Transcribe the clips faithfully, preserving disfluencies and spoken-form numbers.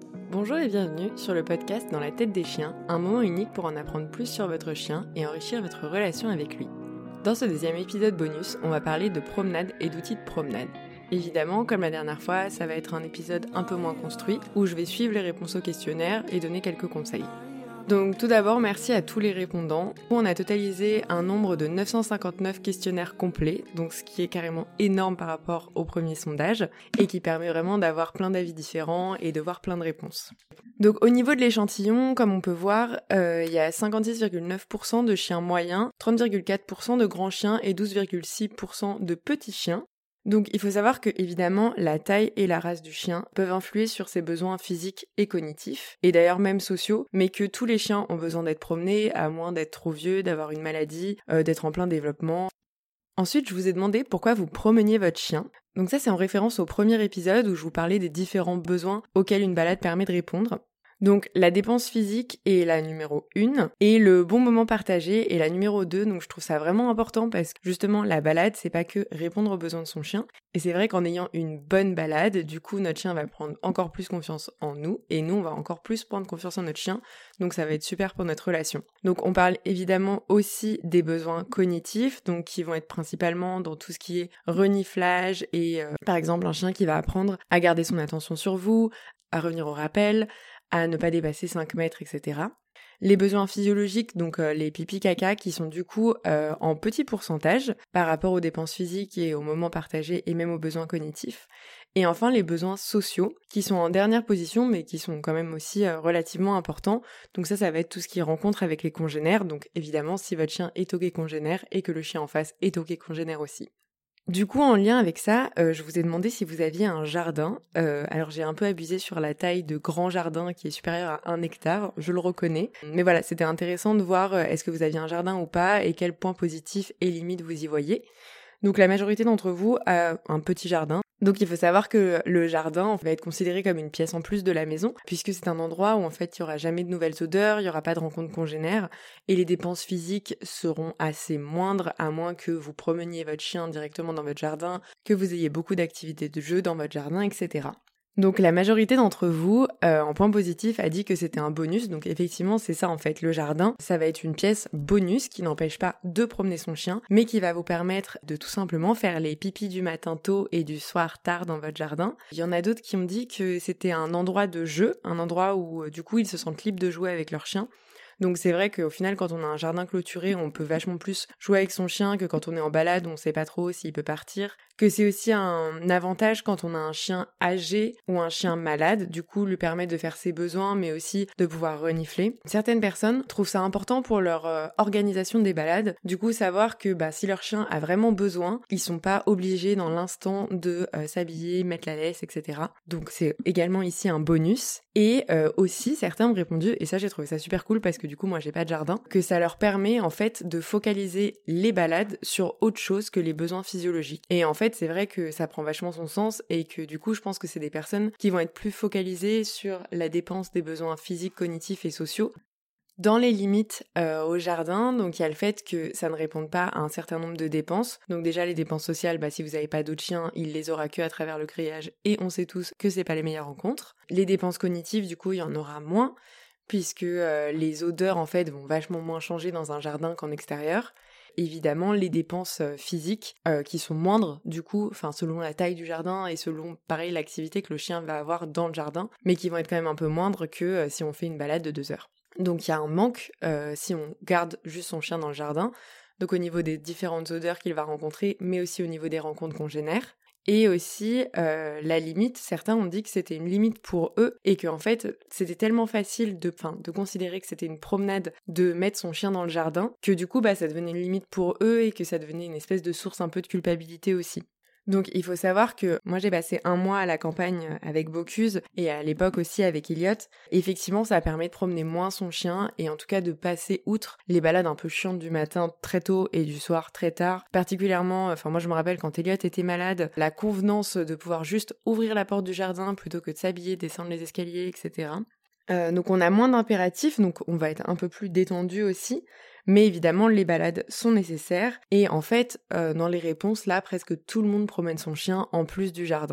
Bonjour et bienvenue sur le podcast Dans la tête des chiens, un moment unique pour en apprendre plus sur votre chien et enrichir votre relation avec lui. Dans ce deuxième épisode bonus, on va parler de promenade et d'outils de promenade. Évidemment, comme la dernière fois, ça va être un épisode un peu moins construit, où je vais suivre les réponses au questionnaire et donner quelques conseils. Donc tout d'abord, merci à tous les répondants. On a totalisé un nombre de neuf cent cinquante-neuf questionnaires complets, donc ce qui est carrément énorme par rapport au premier sondage, et qui permet vraiment d'avoir plein d'avis différents et de voir plein de réponses. Donc au niveau de l'échantillon, comme on peut voir, euh, il y a cinquante-six virgule neuf pour cent de chiens moyens, trente virgule quatre pour cent de grands chiens et douze virgule six pour cent de petits chiens. Donc il faut savoir que évidemment la taille et la race du chien peuvent influer sur ses besoins physiques et cognitifs, et d'ailleurs même sociaux, mais que tous les chiens ont besoin d'être promenés, à moins d'être trop vieux, d'avoir une maladie, euh, d'être en plein développement. Ensuite, je vous ai demandé pourquoi vous promeniez votre chien. Donc ça c'est en référence au premier épisode où je vous parlais des différents besoins auxquels une balade permet de répondre. Donc la dépense physique est la numéro un et le bon moment partagé est la numéro deux. Donc je trouve ça vraiment important parce que justement la balade c'est pas que répondre aux besoins de son chien, et c'est vrai qu'en ayant une bonne balade, du coup notre chien va prendre encore plus confiance en nous et nous on va encore plus prendre confiance en notre chien, donc ça va être super pour notre relation. Donc on parle évidemment aussi des besoins cognitifs, donc qui vont être principalement dans tout ce qui est reniflage et euh, par exemple un chien qui va apprendre à garder son attention sur vous, à revenir au rappel, à ne pas dépasser cinq mètres, et cetera. Les besoins physiologiques, donc euh, les pipi caca, qui sont du coup euh, en petit pourcentage par rapport aux dépenses physiques et aux moments partagés et même aux besoins cognitifs. Et enfin les besoins sociaux, qui sont en dernière position mais qui sont quand même aussi euh, relativement importants. Donc ça, ça va être tout ce qui est rencontre avec les congénères, donc évidemment si votre chien est toqué congénère et que le chien en face est toqué congénère aussi. Du coup, en lien avec ça, euh, je vous ai demandé si vous aviez un jardin. Euh, alors j'ai un peu abusé sur la taille de grand jardin qui est supérieure à un hectare, je le reconnais. Mais voilà, c'était intéressant de voir euh, est-ce que vous aviez un jardin ou pas et quels points positifs et limites vous y voyez. Donc la majorité d'entre vous a un petit jardin. Donc il faut savoir que le jardin va être considéré comme une pièce en plus de la maison, puisque c'est un endroit où en fait il n'y aura jamais de nouvelles odeurs, il n'y aura pas de rencontres congénères, et les dépenses physiques seront assez moindres, à moins que vous promeniez votre chien directement dans votre jardin, que vous ayez beaucoup d'activités de jeu dans votre jardin, et cetera. Donc la majorité d'entre vous, euh, en point positif, a dit que c'était un bonus. Donc effectivement, c'est ça en fait, le jardin, ça va être une pièce bonus qui n'empêche pas de promener son chien, mais qui va vous permettre de tout simplement faire les pipis du matin tôt et du soir tard dans votre jardin. Il y en a d'autres qui ont dit que c'était un endroit de jeu, un endroit où euh, du coup ils se sentent libres de jouer avec leur chien. Donc c'est vrai qu'au final, quand on a un jardin clôturé, on peut vachement plus jouer avec son chien que quand on est en balade, on sait pas trop s'il peut partir. Que c'est aussi un avantage quand on a un chien âgé ou un chien malade, du coup lui permettre de faire ses besoins, mais aussi de pouvoir renifler. Certaines personnes trouvent ça important pour leur euh, organisation des balades, du coup savoir que bah, si leur chien a vraiment besoin, ils sont pas obligés dans l'instant de euh, s'habiller, mettre la laisse, et cetera. Donc c'est également ici un bonus. Et euh, aussi, certains ont répondu, et ça j'ai trouvé ça super cool parce que du coup moi j'ai pas de jardin, que ça leur permet en fait de focaliser les balades sur autre chose que les besoins physiologiques. Et en fait c'est vrai que ça prend vachement son sens et que du coup je pense que c'est des personnes qui vont être plus focalisées sur la dépense des besoins physiques, cognitifs et sociaux. Dans les limites euh, au jardin, donc il y a le fait que ça ne réponde pas à un certain nombre de dépenses. Donc déjà les dépenses sociales, bah, si vous n'avez pas d'autres chiens, il les aura que à travers le grillage et on sait tous que c'est pas les meilleures rencontres. Les dépenses cognitives, du coup, il y en aura moins puisque euh, les odeurs en fait vont vachement moins changer dans un jardin qu'en extérieur. Évidemment, les dépenses euh, physiques euh, qui sont moindres du coup, enfin selon la taille du jardin et selon pareil l'activité que le chien va avoir dans le jardin, mais qui vont être quand même un peu moindres que euh, si on fait une balade de deux heures. Donc il y a un manque euh, si on garde juste son chien dans le jardin, donc au niveau des différentes odeurs qu'il va rencontrer, mais aussi au niveau des rencontres congénères. Et aussi, euh, la limite, certains ont dit que c'était une limite pour eux et qu'en fait, c'était tellement facile de, enfin, de considérer que c'était une promenade de mettre son chien dans le jardin que du coup, bah, ça devenait une limite pour eux et que ça devenait une espèce de source un peu de culpabilité aussi. Donc il faut savoir que moi j'ai passé un mois à la campagne avec Bocuse et à l'époque aussi avec Elliot. Effectivement ça permet de promener moins son chien et en tout cas de passer outre les balades un peu chiantes du matin très tôt et du soir très tard. Particulièrement, enfin moi je me rappelle quand Elliot était malade, la convenance de pouvoir juste ouvrir la porte du jardin plutôt que de s'habiller, descendre les escaliers, et cetera. Euh, donc on a moins d'impératifs, donc on va être un peu plus détendu aussi. Mais évidemment, les balades sont nécessaires. Et en fait, euh, dans les réponses, là, presque tout le monde promène son chien en plus du jardin.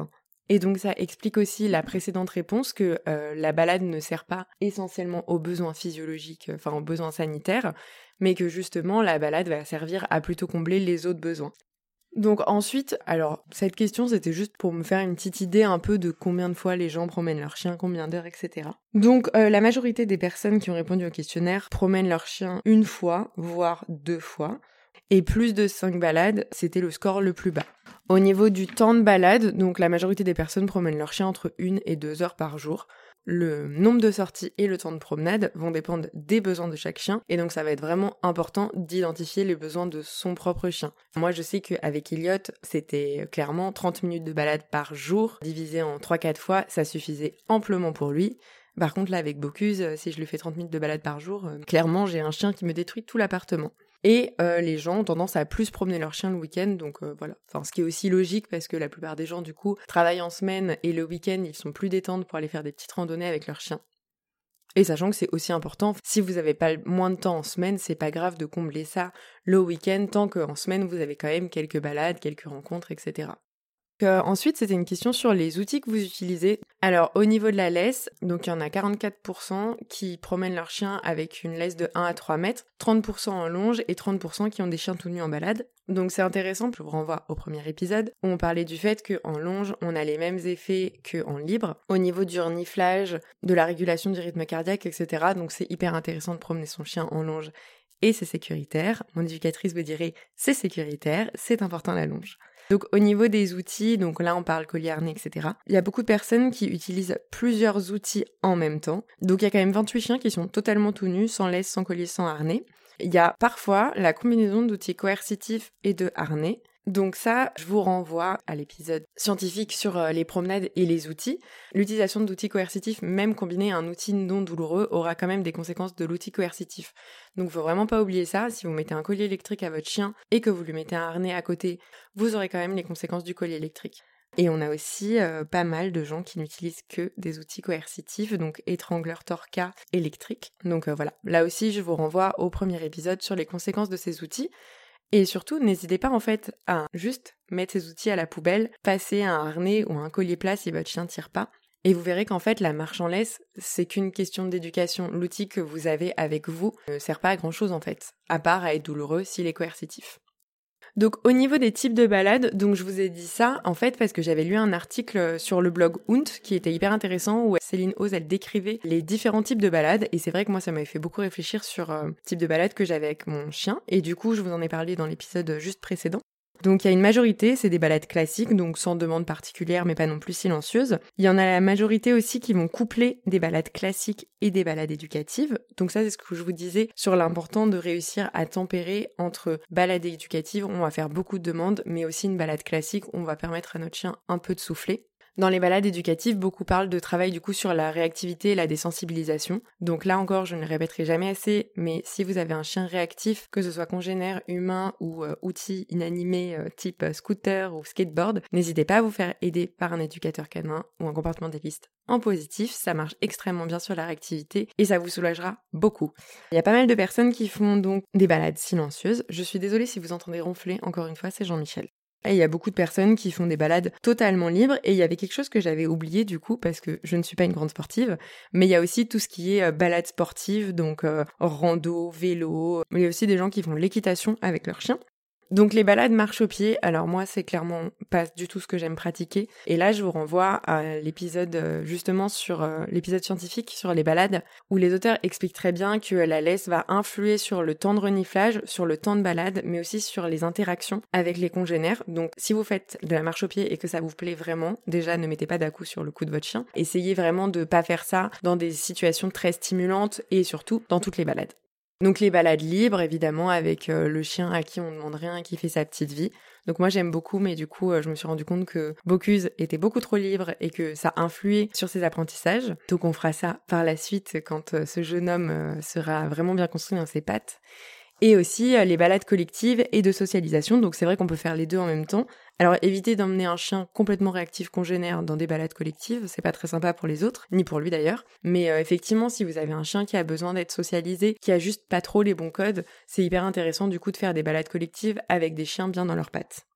Et donc ça explique aussi la précédente réponse que euh, la balade ne sert pas essentiellement aux besoins physiologiques, enfin aux besoins sanitaires, mais que justement la balade va servir à plutôt combler les autres besoins. Donc ensuite, alors cette question c'était juste pour me faire une petite idée un peu de combien de fois les gens promènent leur chien, combien d'heures, et cetera. Donc euh, la majorité des personnes qui ont répondu au questionnaire promènent leur chien une fois, voire deux fois. Et plus de cinq balades, c'était le score le plus bas. Au niveau du temps de balade, donc la majorité des personnes promènent leur chien entre une et deux heures par jour. Le nombre de sorties et le temps de promenade vont dépendre des besoins de chaque chien, et donc ça va être vraiment important d'identifier les besoins de son propre chien. Moi je sais qu'avec Elliot, c'était clairement trente minutes de balade par jour, divisé en trois quatre fois, ça suffisait amplement pour lui. Par contre là avec Bocuse, si je lui fais trente minutes de balade par jour, euh, clairement j'ai un chien qui me détruit tout l'appartement. Et euh, les gens ont tendance à plus promener leur chien le week-end, donc euh, voilà. Enfin, ce qui est aussi logique parce que la plupart des gens, du coup, travaillent en semaine et le week-end, ils sont plus détendus pour aller faire des petites randonnées avec leur chien. Et sachant que c'est aussi important, si vous avez pas moins de temps en semaine, c'est pas grave de combler ça le week-end, tant qu'en semaine, vous avez quand même quelques balades, quelques rencontres, et cetera. Euh, ensuite, c'était une question sur les outils que vous utilisez. Alors, au niveau de la laisse, donc il y en a quarante-quatre pour cent qui promènent leur chien avec une laisse de un à trois mètres, trente pour cent en longe et trente pour cent qui ont des chiens tout nus en balade. Donc c'est intéressant, je vous renvoie au premier épisode, où on parlait du fait qu'en longe, on a les mêmes effets qu'en libre, au niveau du reniflage, de la régulation du rythme cardiaque, et cetera. Donc c'est hyper intéressant de promener son chien en longe. Et c'est sécuritaire. Mon éducatrice vous dirait, c'est sécuritaire, c'est important la longe. Donc au niveau des outils, donc là on parle collier, harnais, et cetera. Il y a beaucoup de personnes qui utilisent plusieurs outils en même temps. Donc il y a quand même vingt-huit chiens qui sont totalement tout nus, sans laisse, sans collier, sans harnais. Il y a parfois la combinaison d'outils coercitifs et de harnais. Donc ça, je vous renvoie à l'épisode scientifique sur les promenades et les outils. L'utilisation d'outils coercitifs, même combinée à un outil non douloureux, aura quand même des conséquences de l'outil coercitif. Donc faut vraiment pas oublier ça. Si vous mettez un collier électrique à votre chien et que vous lui mettez un harnais à côté, vous aurez quand même les conséquences du collier électrique. Et on a aussi euh, pas mal de gens qui n'utilisent que des outils coercitifs, donc étrangleur Torca électrique. Donc euh, voilà, là aussi je vous renvoie au premier épisode sur les conséquences de ces outils. Et surtout, n'hésitez pas en fait à juste mettre ces outils à la poubelle, passer un harnais ou un collier plat si votre chien tire pas. Et vous verrez qu'en fait, la marche en laisse, c'est qu'une question d'éducation. L'outil que vous avez avec vous ne sert pas à grand chose en fait, à part à être douloureux s'il est coercitif. Donc au niveau des types de balades, donc je vous ai dit ça en fait parce que j'avais lu un article sur le blog Hund qui était hyper intéressant où Céline Ose elle décrivait les différents types de balades et c'est vrai que moi ça m'avait fait beaucoup réfléchir sur euh, le type de balade que j'avais avec mon chien et du coup je vous en ai parlé dans l'épisode juste précédent. Donc il y a une majorité, c'est des balades classiques, donc sans demande particulière mais pas non plus silencieuses. Il y en a la majorité aussi qui vont coupler des balades classiques et des balades éducatives. Donc ça c'est ce que je vous disais sur l'important de réussir à tempérer entre balade éducative, on va faire beaucoup de demandes, mais aussi une balade classique, on va permettre à notre chien un peu de souffler. Dans les balades éducatives, beaucoup parlent de travail du coup sur la réactivité et la désensibilisation. Donc là encore, je ne le répéterai jamais assez, mais si vous avez un chien réactif, que ce soit congénère, humain ou euh, outil inanimé euh, type euh, scooter ou skateboard, n'hésitez pas à vous faire aider par un éducateur canin ou un comportementaliste en positif, ça marche extrêmement bien sur la réactivité et ça vous soulagera beaucoup. Il y a pas mal de personnes qui font donc des balades silencieuses. Je suis désolée si vous entendez ronfler, encore une fois, c'est Jean-Michel. Et il y a beaucoup de personnes qui font des balades totalement libres et il y avait quelque chose que j'avais oublié du coup parce que je ne suis pas une grande sportive, mais il y a aussi tout ce qui est euh, balade sportive, donc euh, rando, vélo, il y a aussi des gens qui font l'équitation avec leurs chiens. Donc les balades marche au pied, alors moi c'est clairement pas du tout ce que j'aime pratiquer. Et là je vous renvoie à l'épisode justement sur euh, l'épisode scientifique sur les balades où les auteurs expliquent très bien que la laisse va influer sur le temps de reniflage, sur le temps de balade, mais aussi sur les interactions avec les congénères. Donc si vous faites de la marche au pied et que ça vous plaît vraiment, déjà ne mettez pas d'à-coups sur le cou de votre chien. Essayez vraiment de pas faire ça dans des situations très stimulantes et surtout dans toutes les balades. Donc les balades libres, évidemment, avec euh, le chien à qui on ne demande rien et qui fait sa petite vie. Donc moi j'aime beaucoup, mais du coup euh, je me suis rendu compte que Bocuse était beaucoup trop libre et que ça influait sur ses apprentissages. Donc on fera ça par la suite quand euh, ce jeune homme euh, sera vraiment bien construit dans ses pattes. Et aussi euh, les balades collectives et de socialisation, donc c'est vrai qu'on peut faire les deux en même temps. Alors évitez d'emmener un chien complètement réactif congénère dans des balades collectives, c'est pas très sympa pour les autres, ni pour lui d'ailleurs. Mais euh, effectivement, si vous avez un chien qui a besoin d'être socialisé, qui a juste pas trop les bons codes, c'est hyper intéressant du coup de faire des balades collectives avec des chiens bien dans leurs pattes.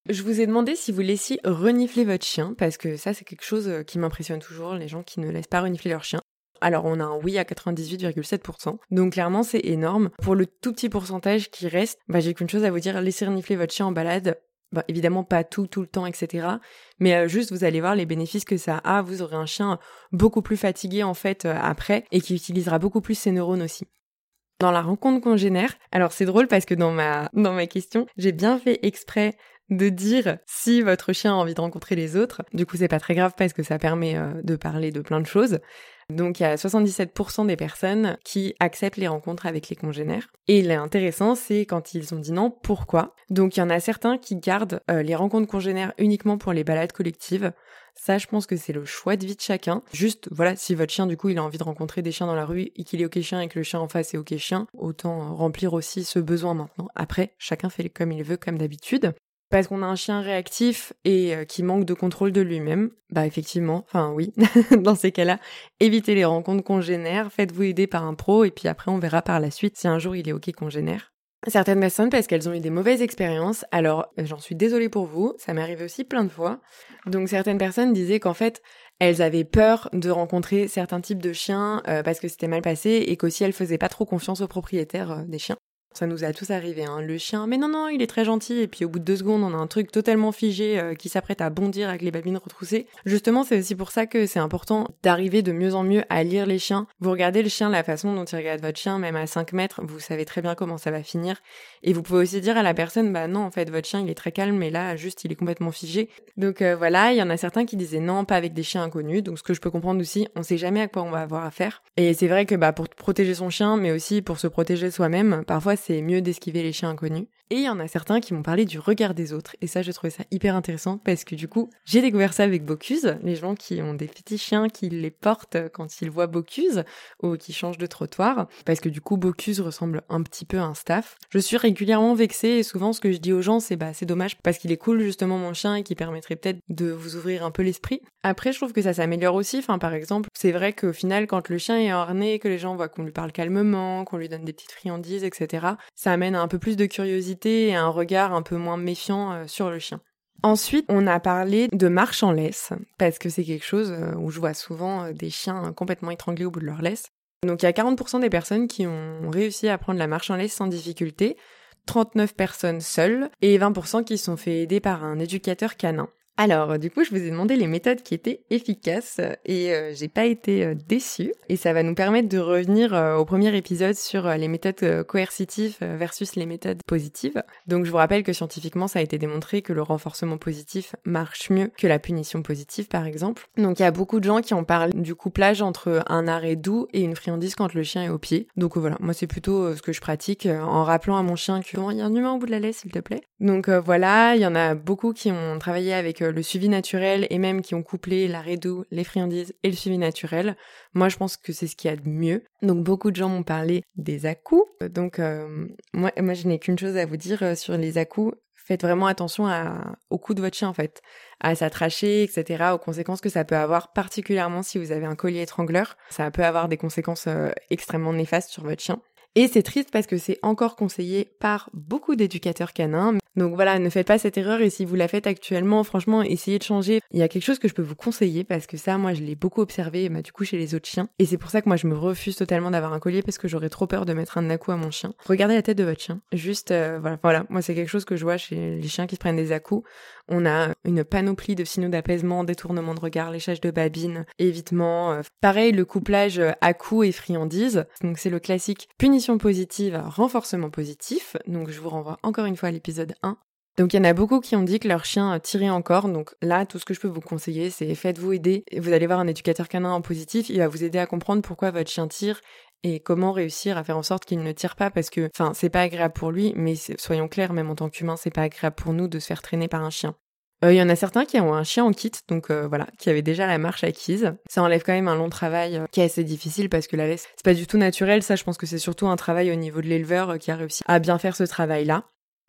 Je vous ai demandé si vous laissiez renifler votre chien, parce que ça c'est quelque chose qui m'impressionne toujours, les gens qui ne laissent pas renifler leur chien. Alors on a un oui à quatre-vingt-dix-huit virgule sept pour cent, donc clairement c'est énorme. Pour le tout petit pourcentage qui reste, bah, j'ai qu'une chose à vous dire, laissez renifler votre chien en balade. Bah, évidemment pas tout, tout le temps, et cetera. Mais euh, juste vous allez voir les bénéfices que ça a, vous aurez un chien beaucoup plus fatigué en fait euh, après, et qui utilisera beaucoup plus ses neurones aussi. Dans la rencontre congénère, alors c'est drôle parce que dans ma, dans ma question, j'ai bien fait exprès de dire si votre chien a envie de rencontrer les autres. Du coup, c'est pas très grave parce que ça permet euh, de parler de plein de choses. Donc, il y a soixante-dix-sept pour cent des personnes qui acceptent les rencontres avec les congénères. Et l'intéressant, c'est quand ils ont dit non, pourquoi ? Donc, il y en a certains qui gardent euh, les rencontres congénères uniquement pour les balades collectives. Ça, je pense que c'est le choix de vie de chacun. Juste, voilà, si votre chien, du coup, il a envie de rencontrer des chiens dans la rue et qu'il est ok chien et que le chien en face est ok chien, autant remplir aussi ce besoin maintenant. Après, chacun fait comme il veut, comme d'habitude. Parce qu'on a un chien réactif et euh, qui manque de contrôle de lui-même, bah effectivement, enfin oui, dans ces cas-là, évitez les rencontres congénères, faites-vous aider par un pro et puis après on verra par la suite si un jour il est ok congénère. Certaines personnes, parce qu'elles ont eu des mauvaises expériences, alors j'en suis désolée pour vous, ça m'est arrivé aussi plein de fois. Donc certaines personnes disaient qu'en fait, elles avaient peur de rencontrer certains types de chiens euh, parce que c'était mal passé et qu'aussi elles faisaient pas trop confiance aux propriétaires euh, des chiens. Ça nous a tous arrivé, hein. Le chien, mais non, non, il est très gentil, et puis au bout de deux secondes, on a un truc totalement figé euh, qui s'apprête à bondir avec les babines retroussées. Justement, c'est aussi pour ça que c'est important d'arriver de mieux en mieux à lire les chiens. Vous regardez le chien, la façon dont il regarde votre chien, même à cinq mètres, vous savez très bien comment ça va finir. Et vous pouvez aussi dire à la personne, bah non, en fait, votre chien, il est très calme, mais là, juste, il est complètement figé. Donc euh, voilà, il y en a certains qui disaient non, pas avec des chiens inconnus, donc ce que je peux comprendre aussi, on sait jamais à quoi on va avoir affaire. Et c'est vrai que bah pour protéger son chien, mais aussi pour se protéger soi-même, parfois c'est mieux d'esquiver les chiens inconnus. Et il y en a certains qui m'ont parlé du regard des autres, et ça, je trouvais ça hyper intéressant, parce que du coup, j'ai découvert ça avec Bocuse, les gens qui ont des petits chiens qui les portent quand ils voient Bocuse, ou qui changent de trottoir, parce que du coup, Bocuse ressemble un petit peu à un staff. Je suis régulièrement vexée, et souvent, ce que je dis aux gens, c'est bah c'est dommage, parce qu'il est cool, justement, mon chien, et qui permettrait peut-être de vous ouvrir un peu l'esprit. Après, je trouve que ça s'améliore aussi, enfin, par exemple, c'est vrai qu'au final, quand le chien est harnais, que les gens voient qu'on lui parle calmement, qu'on lui donne des petites friandises, et cetera, ça amène à un peu plus de curiosité et un regard un peu moins méfiant euh, sur le chien. Ensuite, on a parlé de marche en laisse, parce que c'est quelque chose où je vois souvent des chiens complètement étranglés au bout de leur laisse. Donc il y a quarante pour cent des personnes qui ont réussi à prendre la marche en laisse sans difficulté, trente-neuf personnes seules, et vingt pour cent qui se sont fait aider par un éducateur canin. Alors, du coup, je vous ai demandé les méthodes qui étaient efficaces et euh, j'ai pas été euh, déçue. Et ça va nous permettre de revenir euh, au premier épisode sur euh, les méthodes euh, coercitives versus les méthodes positives. Donc, je vous rappelle que scientifiquement, ça a été démontré que le renforcement positif marche mieux que la punition positive, par exemple. Donc, il y a beaucoup de gens qui en parlent du couplage entre un arrêt doux et une friandise quand le chien est au pied. Donc, voilà, moi, c'est plutôt euh, ce que je pratique euh, en rappelant à mon chien que oh, il y a un humain au bout de la laisse, s'il te plaît. Donc, euh, voilà, il y en a beaucoup qui ont travaillé avec euh, le suivi naturel et même qui ont couplé l'arrêt doux, les friandises et le suivi naturel. Moi, je pense que c'est ce qu'il y a de mieux. Donc, beaucoup de gens m'ont parlé des à-coups. Donc, euh, moi, moi, je n'ai qu'une chose à vous dire euh, sur les à-coups. Faites vraiment attention à, au coup de votre chien, en fait, à sa trachée, et cetera, aux conséquences que ça peut avoir, particulièrement si vous avez un collier étrangleur. Ça peut avoir des conséquences euh, extrêmement néfastes sur votre chien. Et c'est triste parce que c'est encore conseillé par beaucoup d'éducateurs canins. Donc voilà, ne faites pas cette erreur et si vous la faites actuellement, franchement, essayez de changer. Il y a quelque chose que je peux vous conseiller parce que ça, moi, je l'ai beaucoup observé bah, du coup chez les autres chiens. Et c'est pour ça que moi, je me refuse totalement d'avoir un collier parce que j'aurais trop peur de mettre un à-coups à mon chien. Regardez la tête de votre chien. Juste, euh, voilà, voilà. Moi, c'est quelque chose que je vois chez les chiens qui se prennent des à-coups. On a une panoplie de signaux d'apaisement, détournement de regard, léchage de babine, évitement. Euh, pareil, le couplage à-coups et friandise. Donc c'est le classique punition positive, renforcement positif. Donc je vous renvoie encore une fois à l'épisode un. Donc il y en a beaucoup qui ont dit que leur chien tirait encore. Donc là, tout ce que je peux vous conseiller, c'est faites-vous aider. Vous allez voir un éducateur canin en positif, il va vous aider à comprendre pourquoi votre chien tire et comment réussir à faire en sorte qu'il ne tire pas parce que, enfin, c'est pas agréable pour lui, mais soyons clairs, même en tant qu'humain, c'est pas agréable pour nous de se faire traîner par un chien. Il euh, y en a certains qui ont un chien en kit, donc euh, voilà, qui avaient déjà la marche acquise. Ça enlève quand même un long travail euh, qui est assez difficile parce que la laisse, c'est pas du tout naturel. Ça, je pense que c'est surtout un travail au niveau de l'éleveur euh, qui a réussi à bien faire ce travail-là.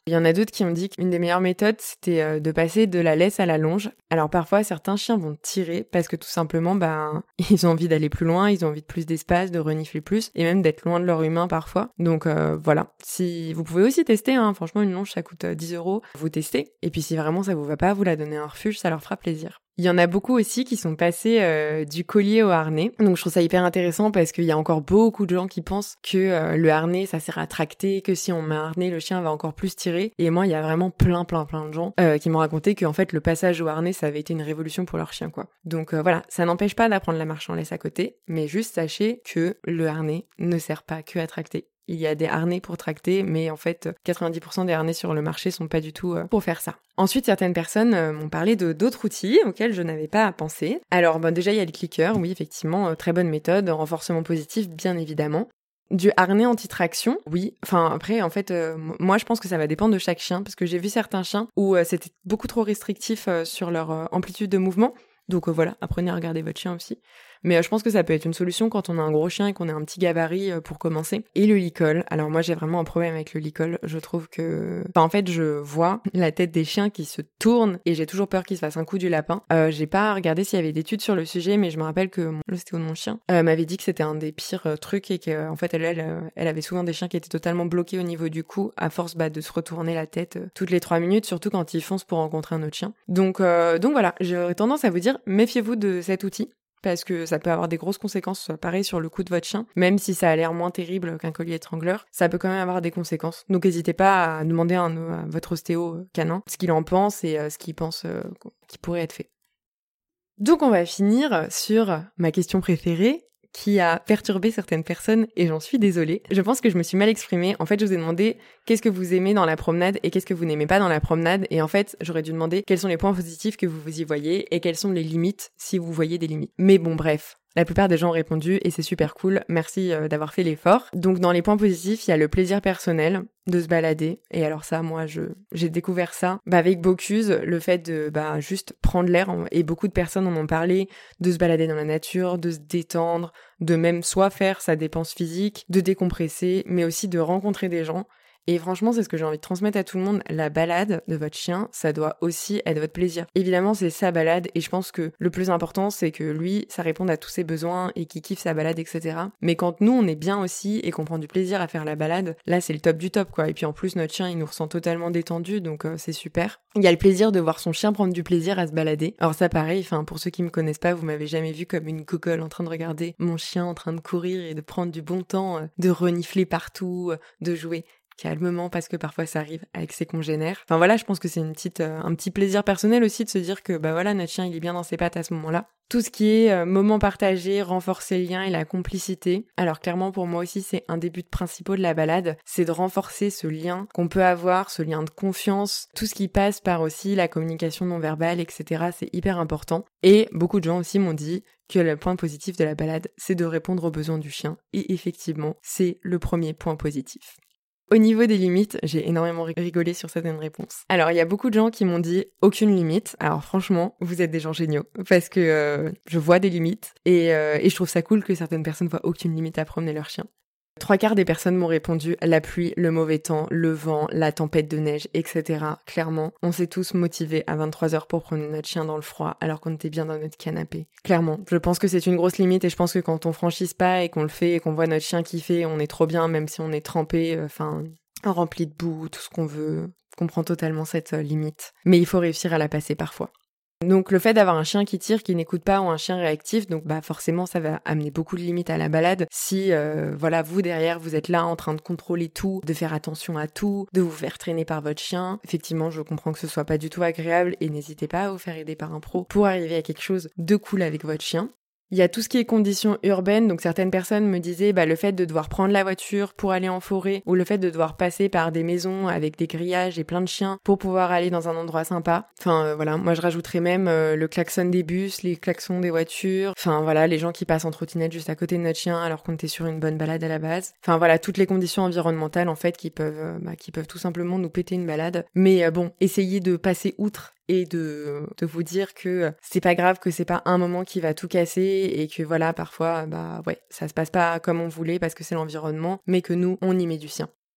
Il y en a d'autres qui ont dit qu'une des meilleures méthodes, c'était euh, de passer de la laisse à la longe. Alors parfois, certains chiens vont tirer parce que tout simplement, bah, ils ont envie d'aller plus loin, ils ont envie de plus d'espace, de renifler plus, et même d'être loin de leur humain parfois. Donc euh, voilà, si vous pouvez aussi tester, hein. Franchement, une longe, ça coûte euh, dix euros. Vous testez, et puis si vraiment ça vous va pas, vous la donnez à un refuge, ça leur fera plaisir. Il y en a beaucoup aussi qui sont passés euh, du collier au harnais. Donc je trouve ça hyper intéressant parce qu'il y a encore beaucoup de gens qui pensent que euh, le harnais, ça sert à tracter, que si on met un harnais, le chien va encore plus tirer. Et moi, il y a vraiment plein, plein, plein de gens euh, qui m'ont raconté qu'en fait, le passage au harnais, ça avait été une révolution pour leur chien, quoi. Donc euh, voilà, ça n'empêche pas d'apprendre la marche en laisse à côté, mais juste sachez que le harnais ne sert pas que à tracter. Il y a des harnais pour tracter, mais en fait, quatre-vingt-dix pour cent des harnais sur le marché sont pas du tout euh, pour faire ça. Ensuite, certaines personnes euh, m'ont parlé de d'autres outils auxquels je n'avais pas pensé. Alors, bon, déjà, il y a les clickers, oui, effectivement, euh, très bonne méthode, renforcement positif, bien évidemment. Du harnais anti-traction, oui. Enfin, après, en fait, euh, moi, je pense que ça va dépendre de chaque chien, parce que j'ai vu certains chiens où euh, c'était beaucoup trop restrictif euh, sur leur euh, amplitude de mouvement. Donc euh, voilà, apprenez à regarder votre chien aussi. Mais euh, je pense que ça peut être une solution quand on a un gros chien et qu'on a un petit gabarit euh, pour commencer. Et le licol. Alors moi, j'ai vraiment un problème avec le licol. Je trouve que... Enfin, en fait, je vois la tête des chiens qui se tournent et j'ai toujours peur qu'ils se fassent un coup du lapin. Euh, j'ai pas regardé s'il y avait d'études sur le sujet, mais je me rappelle que mon... l'ostéo de mon chien euh, m'avait dit que c'était un des pires euh, trucs et qu'en fait, elle, elle, elle avait souvent des chiens qui étaient totalement bloqués au niveau du cou à force bah, de se retourner la tête euh, toutes les trois minutes, surtout quand ils foncent pour rencontrer un autre chien. Donc, euh, donc voilà, j'aurais tendance à vous dire, méfiez-vous de cet outil. Parce que ça peut avoir des grosses conséquences, pareil, sur le cou de votre chien. Même si ça a l'air moins terrible qu'un collier étrangleur, ça peut quand même avoir des conséquences. Donc n'hésitez pas à demander à, un, à votre ostéo canin ce qu'il en pense et euh, ce qu'il pense euh, qui pourrait être fait. Donc on va finir sur ma question préférée, qui a perturbé certaines personnes, et j'en suis désolée. Je pense que je me suis mal exprimée. En fait, je vous ai demandé qu'est-ce que vous aimez dans la promenade et qu'est-ce que vous n'aimez pas dans la promenade. Et en fait, j'aurais dû demander quels sont les points positifs que vous vous y voyez et quelles sont les limites si vous voyez des limites. Mais bon, bref. La plupart des gens ont répondu et c'est super cool, merci euh, d'avoir fait l'effort. Donc dans les points positifs, il y a le plaisir personnel de se balader. Et alors ça, moi, je j'ai découvert ça bah, avec Bocuse, le fait de bah, juste prendre l'air, et beaucoup de personnes en ont parlé, de se balader dans la nature, de se détendre, de même soit faire sa dépense physique, de décompresser, mais aussi de rencontrer des gens. Et franchement, c'est ce que j'ai envie de transmettre à tout le monde. La balade de votre chien, ça doit aussi être votre plaisir. Évidemment, c'est sa balade et je pense que le plus important, c'est que lui, ça réponde à tous ses besoins et qu'il kiffe sa balade, et cetera. Mais quand nous, on est bien aussi et qu'on prend du plaisir à faire la balade, là, c'est le top du top, quoi. Et puis en plus, notre chien, il nous ressent totalement détendu, donc euh, c'est super. Il y a le plaisir de voir son chien prendre du plaisir à se balader. Alors ça, pareil, enfin, pour ceux qui me connaissent pas, vous m'avez jamais vu comme une cocolle en train de regarder mon chien en train de courir et de prendre du bon temps, euh, de renifler partout, euh, de jouer calmement parce que parfois ça arrive avec ses congénères. Enfin voilà, je pense que c'est une petite, euh, un petit plaisir personnel aussi de se dire que bah voilà, notre chien il est bien dans ses pattes à ce moment-là. Tout ce qui est euh, moment partagé, renforcer le lien et la complicité. Alors clairement pour moi aussi c'est un des buts principaux de la balade, c'est de renforcer ce lien qu'on peut avoir, ce lien de confiance, tout ce qui passe par aussi la communication non verbale, et cetera. C'est hyper important. Et beaucoup de gens aussi m'ont dit que le point positif de la balade, c'est de répondre aux besoins du chien. Et effectivement, c'est le premier point positif. Au niveau des limites, j'ai énormément rigolé sur certaines réponses. Alors, il y a beaucoup de gens qui m'ont dit aucune limite. Alors franchement, vous êtes des gens géniaux parce que euh, je vois des limites et, euh, et je trouve ça cool que certaines personnes voient aucune limite à promener leur chien. Trois quarts des personnes m'ont répondu la pluie, le mauvais temps, le vent, la tempête de neige, et cetera. Clairement, on s'est tous motivés à vingt-trois heures pour promener notre chien dans le froid alors qu'on était bien dans notre canapé. Clairement, je pense que c'est une grosse limite et je pense que quand on franchisse pas et qu'on le fait et qu'on voit notre chien kiffer, on est trop bien même si on est trempé, enfin, euh, rempli de boue, tout ce qu'on veut. Je comprends totalement cette euh, limite. Mais il faut réussir à la passer parfois. Donc le fait d'avoir un chien qui tire, qui n'écoute pas ou un chien réactif, donc bah forcément ça va amener beaucoup de limites à la balade. Si euh, voilà vous derrière vous êtes là en train de contrôler tout, de faire attention à tout, de vous faire traîner par votre chien, effectivement je comprends que ce soit pas du tout agréable et n'hésitez pas à vous faire aider par un pro pour arriver à quelque chose de cool avec votre chien. Il y a tout ce qui est conditions urbaines, donc certaines personnes me disaient bah, le fait de devoir prendre la voiture pour aller en forêt ou le fait de devoir passer par des maisons avec des grillages et plein de chiens pour pouvoir aller dans un endroit sympa. Enfin euh, voilà, moi je rajouterais même euh, le klaxon des bus, les klaxons des voitures, enfin voilà, les gens qui passent en trottinette juste à côté de notre chien alors qu'on était sur une bonne balade à la base. Enfin voilà, toutes les conditions environnementales en fait qui peuvent, euh, bah, qui peuvent tout simplement nous péter une balade. Mais euh, bon, essayez de passer outre et de, de vous dire que c'est pas grave, que c'est pas un moment qui va tout casser et que voilà, parfois, bah ouais, ça se passe pas comme on voulait parce que c'est l'environnement, mais que nous, on y met du sien.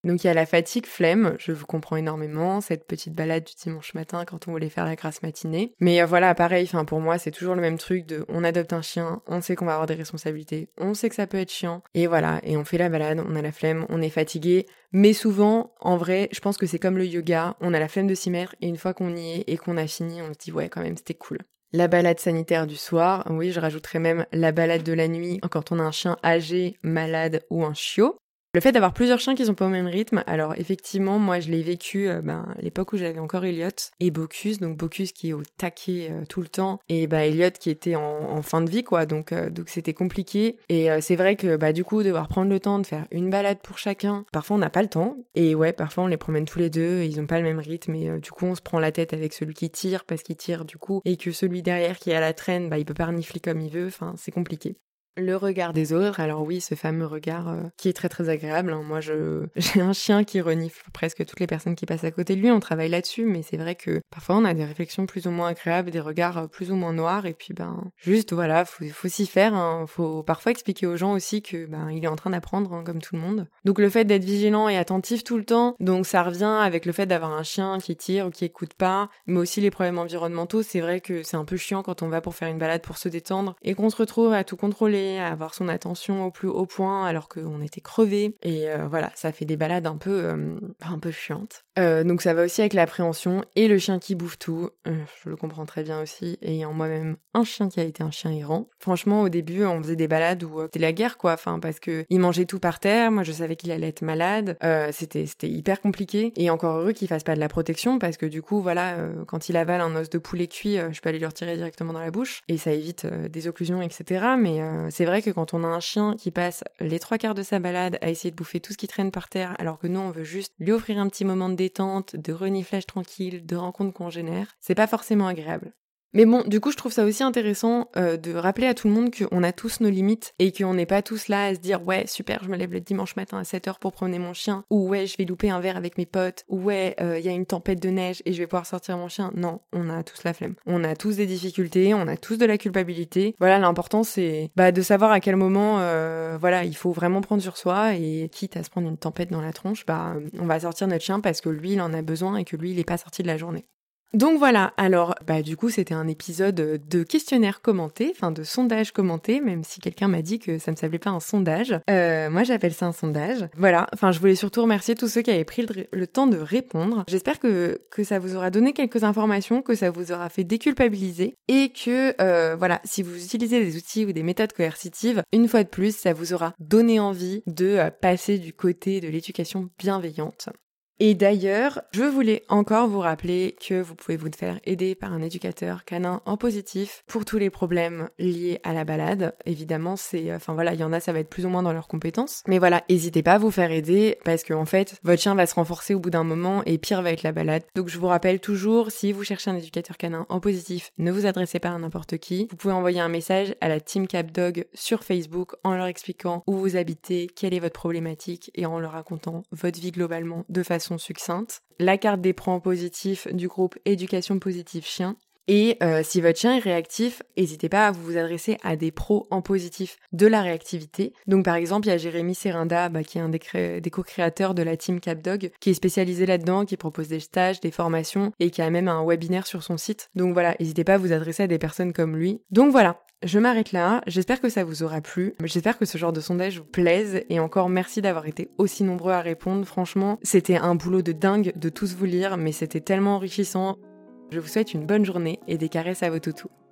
Donc il y a la fatigue flemme, je vous comprends énormément, cette petite balade du dimanche matin quand on voulait faire la grasse matinée. Mais euh, voilà, pareil, enfin pour moi c'est toujours le même truc de on adopte un chien, on sait qu'on va avoir des responsabilités, on sait que ça peut être chiant, et voilà, et on fait la balade, on a la flemme, on est fatigué. Mais souvent, en vrai, je pense que c'est comme le yoga, on a la flemme de s'y mettre, et une fois qu'on y est et qu'on a fini, on se dit ouais quand même c'était cool. La balade sanitaire du soir, oui, je rajouterais même la balade de la nuit quand on a un chien âgé, malade ou un chiot. Le fait d'avoir plusieurs chiens qui sont pas au même rythme, alors effectivement, moi je l'ai vécu euh, ben, à l'époque où j'avais encore Elliot et Bocuse, donc Bocuse qui est au taquet euh, tout le temps, et bah Elliot qui était en, en fin de vie, quoi, donc euh, donc c'était compliqué. Et euh, c'est vrai que bah du coup, devoir prendre le temps de faire une balade pour chacun, parfois on n'a pas le temps, et ouais, parfois on les promène tous les deux, et ils ont pas le même rythme, et euh, du coup on se prend la tête avec celui qui tire, parce qu'il tire du coup, et que celui derrière qui est à la traîne, bah il peut pas renifler comme il veut, enfin c'est compliqué. Le regard des autres, alors oui, ce fameux regard euh, qui est très très agréable. Hein. Moi, je j'ai un chien qui renifle presque toutes les personnes qui passent à côté de lui. On travaille là-dessus, mais c'est vrai que parfois on a des réflexions plus ou moins agréables, des regards plus ou moins noirs, et puis ben juste voilà, faut faut s'y faire. Hein. Faut parfois expliquer aux gens aussi que ben il est en train d'apprendre, hein, comme tout le monde. Donc le fait d'être vigilant et attentif tout le temps, donc ça revient avec le fait d'avoir un chien qui tire ou qui écoute pas, mais aussi les problèmes environnementaux. C'est vrai que c'est un peu chiant quand on va pour faire une balade pour se détendre et qu'on se retrouve à tout contrôler, à avoir son attention au plus haut point alors qu'on était crevés. Et euh, voilà, ça fait des balades un peu, euh, un peu chiantes. Euh, donc ça va aussi avec l'appréhension et le chien qui bouffe tout. Euh, je le comprends très bien aussi, ayant moi-même un chien qui a été un chien errant. Franchement, au début, on faisait des balades où euh, c'était la guerre, quoi. Enfin, parce que il mangeait tout par terre. Moi, je savais qu'il allait être malade. Euh, c'était, c'était hyper compliqué. Et encore heureux qu'il fasse pas de la protection, parce que du coup, voilà, euh, quand il avale un os de poulet cuit, euh, je peux aller le retirer directement dans la bouche et ça évite euh, des occlusions, et cetera. Mais euh, c'est vrai que quand on a un chien qui passe les trois quarts de sa balade à essayer de bouffer tout ce qui traîne par terre, alors que nous, on veut juste lui offrir un petit moment de détente, de reniflage tranquille, de rencontre congénère, c'est pas forcément agréable. Mais bon, du coup, je trouve ça aussi intéressant euh, de rappeler à tout le monde qu'on a tous nos limites et qu'on n'est pas tous là à se dire « Ouais, super, je me lève le dimanche matin à sept heures pour promener mon chien » ou « Ouais, je vais louper un verre avec mes potes » ou « Ouais, il euh, y a une tempête de neige et je vais pouvoir sortir mon chien ». Non, on a tous la flemme. On a tous des difficultés, on a tous de la culpabilité. Voilà, l'important, c'est bah, de savoir à quel moment euh, voilà, il faut vraiment prendre sur soi et quitte à se prendre une tempête dans la tronche, bah, on va sortir notre chien parce que lui, il en a besoin et que lui, il n'est pas sorti de la journée. Donc voilà, alors bah du coup c'était un épisode de questionnaire commenté, enfin de sondage commenté, même si quelqu'un m'a dit que ça ne s'appelait pas un sondage. Euh, moi j'appelle ça un sondage. Voilà, enfin je voulais surtout remercier tous ceux qui avaient pris le, le temps de répondre. J'espère que, que ça vous aura donné quelques informations, que ça vous aura fait déculpabiliser et que euh, voilà, si vous utilisez des outils ou des méthodes coercitives, une fois de plus ça vous aura donné envie de euh, passer du côté de l'éducation bienveillante. Et d'ailleurs, je voulais encore vous rappeler que vous pouvez vous faire aider par un éducateur canin en positif pour tous les problèmes liés à la balade. Évidemment, c'est, enfin voilà, il y en a, ça va être plus ou moins dans leurs compétences. Mais voilà, n'hésitez pas à vous faire aider parce que en fait, votre chien va se renforcer au bout d'un moment et pire va être la balade. Donc je vous rappelle toujours, si vous cherchez un éducateur canin en positif, ne vous adressez pas à n'importe qui. Vous pouvez envoyer un message à la Team Capdog sur Facebook en leur expliquant où vous habitez, quelle est votre problématique et en leur racontant votre vie globalement de façon succincte, la carte des pros en positif du groupe Éducation Positive Chien. Et euh, si votre chien est réactif, n'hésitez pas à vous adresser à des pros en positif de la réactivité. Donc par exemple, il y a Jérémy Serrinda, bah, qui est un des, cré- des co-créateurs de la Team Capdog, qui est spécialisé là-dedans, qui propose des stages, des formations et qui a même un webinaire sur son site. Donc voilà, n'hésitez pas à vous adresser à des personnes comme lui. Donc voilà, je m'arrête là, j'espère que ça vous aura plu, j'espère que ce genre de sondage vous plaise et encore merci d'avoir été aussi nombreux à répondre. Franchement, c'était un boulot de dingue de tous vous lire, mais c'était tellement enrichissant. Je vous souhaite une bonne journée et des caresses à vos toutous.